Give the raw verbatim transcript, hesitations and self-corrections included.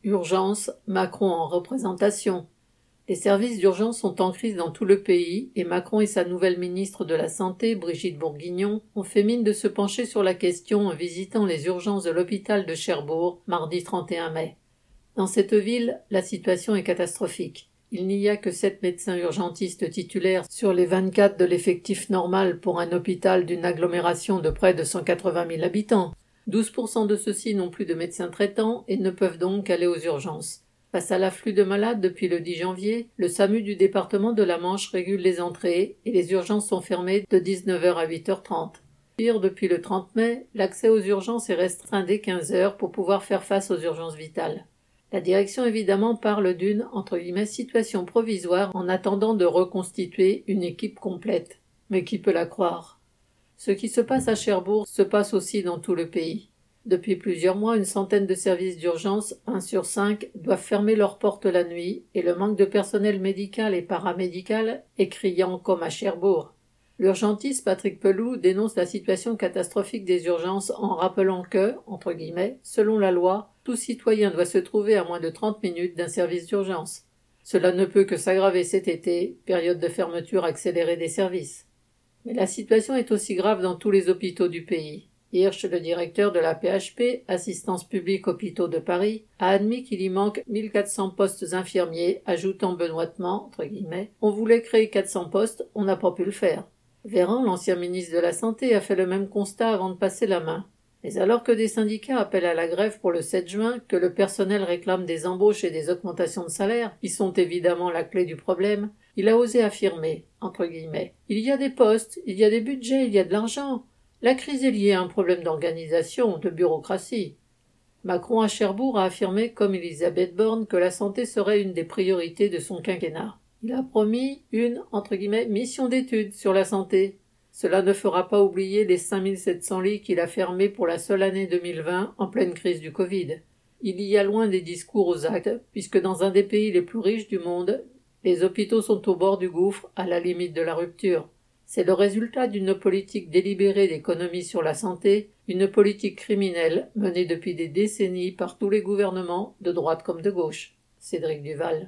Urgence, Macron en représentation. Les services d'urgence sont en crise dans tout le pays et Macron et sa nouvelle ministre de la Santé, Brigitte Bourguignon, ont fait mine de se pencher sur la question en visitant les urgences de l'hôpital de Cherbourg, mardi trente et un mai. Dans cette ville, la situation est catastrophique. Il n'y a que sept médecins urgentistes titulaires sur les vingt-quatre de l'effectif normal pour un hôpital d'une agglomération de près de cent quatre-vingt mille habitants. douze pour cent de ceux-ci n'ont plus de médecins traitants et ne peuvent donc aller aux urgences. Face à l'afflux de malades depuis le dix janvier, le SAMU du département de la Manche régule les entrées et les urgences sont fermées de dix-neuf heures à huit heures trente. Pire, depuis le trente mai, l'accès aux urgences est restreint dès quinze heures pour pouvoir faire face aux urgences vitales. La direction évidemment parle d'une entre guillemets situation provisoire en attendant de reconstituer une équipe complète. Mais qui peut la croire? Ce qui se passe à Cherbourg se passe aussi dans tout le pays. Depuis plusieurs mois, une centaine de services d'urgence, un sur cinq, doivent fermer leurs portes la nuit et le manque de personnel médical et paramédical est criant comme à Cherbourg. L'urgentiste Patrick Pelloux dénonce la situation catastrophique des urgences en rappelant que, entre guillemets, selon la loi, tout citoyen doit se trouver à moins de trente minutes d'un service d'urgence. Cela ne peut que s'aggraver cet été, période de fermeture accélérée des services. Mais la situation est aussi grave dans tous les hôpitaux du pays. Hirsch, le directeur de la P H P, Assistance publique hôpitaux de Paris, a admis qu'il y manque mille quatre cents postes infirmiers, ajoutant benoîtement, entre guillemets, « On voulait créer quatre cents postes, on n'a pas pu le faire ». Véran, l'ancien ministre de la Santé, a fait le même constat avant de passer la main. Mais alors que des syndicats appellent à la grève pour le sept juin, que le personnel réclame des embauches et des augmentations de salaire, qui sont évidemment la clé du problème, il a osé affirmer, entre guillemets, « Il y a des postes, il y a des budgets, il y a de l'argent. La crise est liée à un problème d'organisation, de bureaucratie. » Macron à Cherbourg a affirmé, comme Elisabeth Borne, que la santé serait une des priorités de son quinquennat. Il a promis une, entre guillemets, mission d'étude sur la santé. Cela ne fera pas oublier les cinq mille sept cents lits qu'il a fermés pour la seule année deux mille vingt, en pleine crise du Covid. Il y a loin des discours aux actes, puisque dans un des pays les plus riches du monde, les hôpitaux sont au bord du gouffre, à la limite de la rupture. C'est le résultat d'une politique délibérée d'économie sur la santé, une politique criminelle menée depuis des décennies par tous les gouvernements, de droite comme de gauche. Cédric Duval.